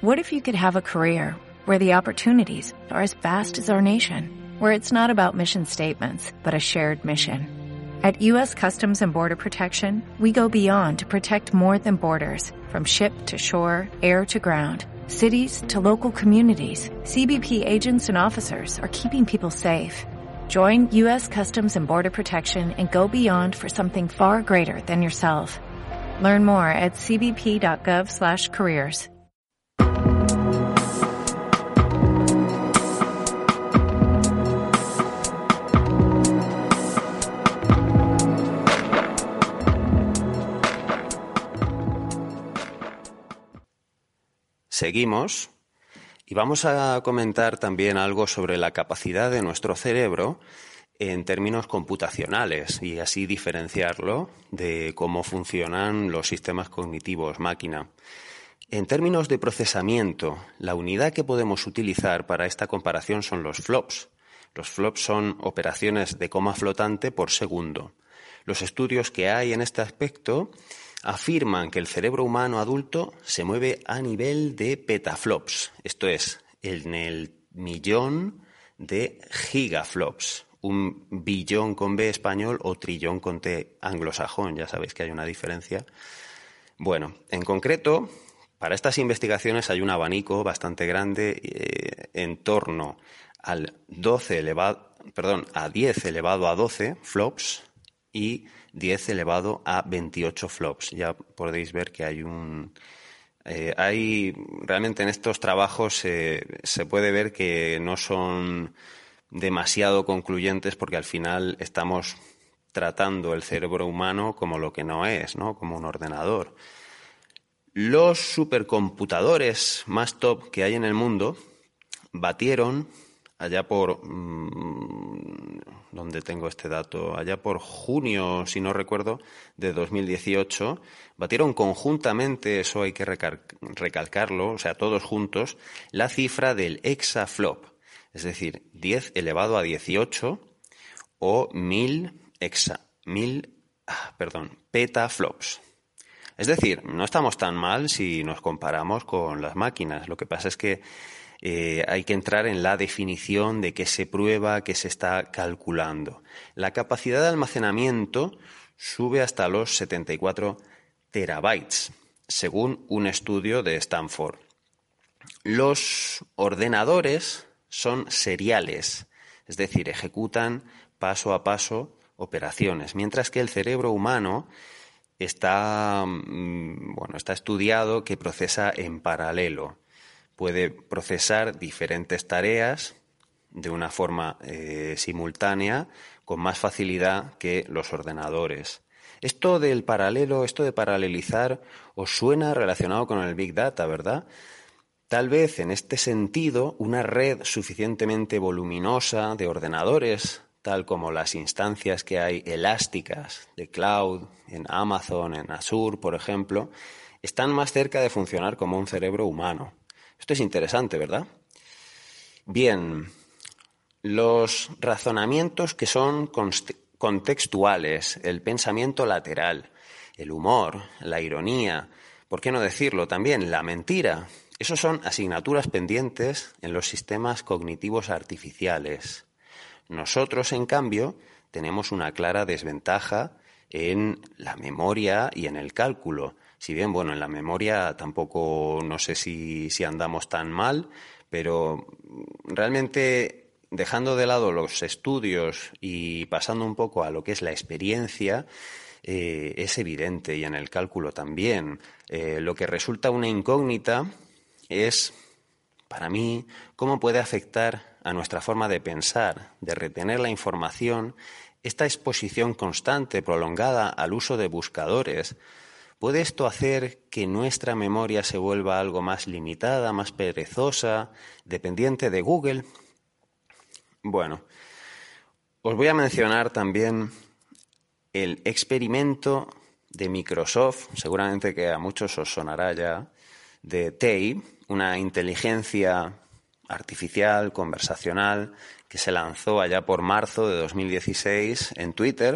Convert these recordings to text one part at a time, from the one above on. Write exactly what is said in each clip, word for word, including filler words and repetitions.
What if you could have a career where the opportunities are as vast as our nation, where it's not about mission statements, but a shared mission? At U S Customs and Border Protection, we go beyond to protect more than borders, from ship to shore, air to ground, cities to local communities. C B P agents and officers are keeping people safe. Join U S Customs and Border Protection and go beyond for something far greater than yourself. Learn more at c b p dot gov slash careers. Seguimos y vamos a comentar también algo sobre la capacidad de nuestro cerebro en términos computacionales y así diferenciarlo de cómo funcionan los sistemas cognitivos máquina. En términos de procesamiento, la unidad que podemos utilizar para esta comparación son los flops. Los flops son operaciones de coma flotante por segundo. Los estudios que hay en este aspecto afirman que el cerebro humano adulto se mueve a nivel de petaflops, esto es, en el millón de gigaflops, un billón con B español o trillón con T anglosajón, ya sabéis que hay una diferencia. Bueno, en concreto, para estas investigaciones hay un abanico bastante grande eh, en torno al doce elevado, perdón, a diez elevado a doce flops y diez elevado a veintiocho flops. Ya podéis ver que hay un... Eh, hay realmente en estos trabajos eh, se puede ver que no son demasiado concluyentes porque al final estamos tratando el cerebro humano como lo que no es, ¿no? Como un ordenador. Los supercomputadores más top que hay en el mundo batieron allá por, mmm, ¿dónde tengo este dato? Allá por junio, si no recuerdo, de dos mil dieciocho, batieron conjuntamente, eso hay que recal- recalcarlo, o sea, todos juntos, la cifra del exaflop, es decir, diez elevado a dieciocho o mil exa, mil, ah, perdón, petaflops. Es decir, no estamos tan mal si nos comparamos con las máquinas. Lo que pasa es que Eh, hay que entrar en la definición de qué se prueba, qué se está calculando. La capacidad de almacenamiento sube hasta los setenta y cuatro terabytes, según un estudio de Stanford. Los ordenadores son seriales, es decir, ejecutan paso a paso operaciones, mientras que el cerebro humano está, bueno, está estudiado que procesa en paralelo. Puede procesar diferentes tareas de una forma eh, simultánea con más facilidad que los ordenadores. Esto del paralelo, esto de paralelizar, os suena relacionado con el Big Data, ¿verdad? Tal vez en este sentido una red suficientemente voluminosa de ordenadores, tal como las instancias que hay elásticas de cloud en Amazon, en Azure, por ejemplo, están más cerca de funcionar como un cerebro humano. Esto es interesante, ¿verdad? Bien, los razonamientos que son contextuales, el pensamiento lateral, el humor, la ironía, ¿por qué no decirlo también? La mentira. Esos son asignaturas pendientes en los sistemas cognitivos artificiales. Nosotros, en cambio, tenemos una clara desventaja en la memoria y en el cálculo. Si bien, bueno, en la memoria tampoco no sé si, si andamos tan mal, pero realmente dejando de lado los estudios y pasando un poco a lo que es la experiencia, eh, es evidente, y en el cálculo también. Eh, lo que resulta una incógnita es, para mí, cómo puede afectar a nuestra forma de pensar, de retener la información, esta exposición constante, prolongada al uso de buscadores. ¿Puede esto hacer que nuestra memoria se vuelva algo más limitada, más perezosa, dependiente de Google? Bueno, os voy a mencionar también el experimento de Microsoft, seguramente que a muchos os sonará ya, de T A I, una inteligencia artificial, conversacional, que se lanzó allá por marzo de dos mil dieciséis en Twitter.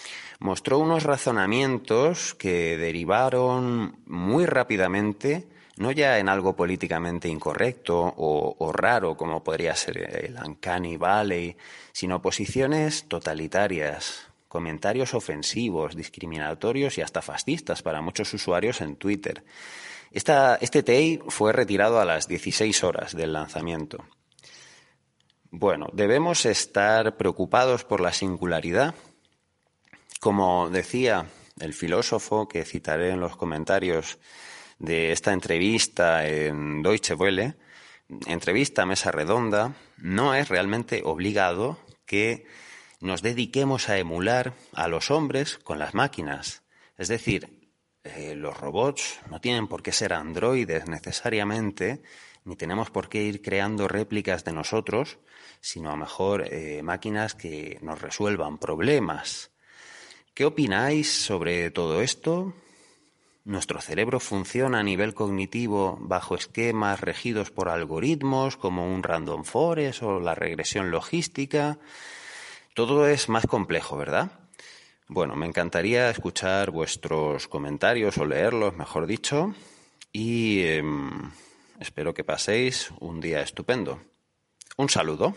Mostró unos razonamientos que derivaron muy rápidamente no ya en algo políticamente incorrecto o, o raro como podría ser el Uncanny Valley, sino posiciones totalitarias, comentarios ofensivos, discriminatorios y hasta fascistas para muchos usuarios en Twitter. Esta, este T E I fue retirado a las dieciséis horas del lanzamiento. Bueno, debemos estar preocupados por la singularidad. Como decía el filósofo que citaré en los comentarios de esta entrevista en Deutsche Welle, entrevista mesa redonda, no es realmente obligado que nos dediquemos a emular a los hombres con las máquinas. Es decir, eh, los robots no tienen por qué ser androides necesariamente, ni tenemos por qué ir creando réplicas de nosotros, sino a lo mejor eh, máquinas que nos resuelvan problemas. ¿Qué opináis sobre todo esto? ¿Nuestro cerebro funciona a nivel cognitivo bajo esquemas regidos por algoritmos como un random forest o la regresión logística? Todo es más complejo, ¿verdad? Bueno, me encantaría escuchar vuestros comentarios o leerlos, mejor dicho, y eh, espero que paséis un día estupendo. Un saludo.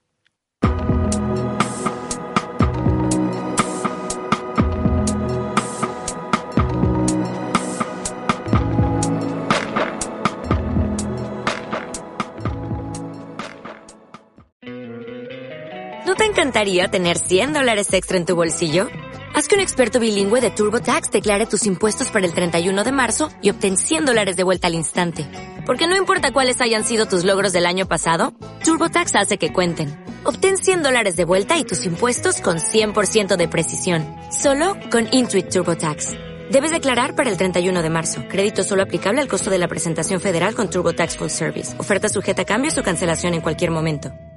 ¿No te encantaría tener cien dólares extra en tu bolsillo? Haz que un experto bilingüe de TurboTax declare tus impuestos para el treinta y uno de marzo y obtén cien dólares de vuelta al instante. Porque no importa cuáles hayan sido tus logros del año pasado, TurboTax hace que cuenten. Obtén cien dólares de vuelta y tus impuestos con cien por ciento de precisión. Solo con Intuit TurboTax. Debes declarar para el treinta y uno de marzo. Crédito solo aplicable al costo de la presentación federal con TurboTax Full Service. Oferta sujeta a cambios o cancelación en cualquier momento.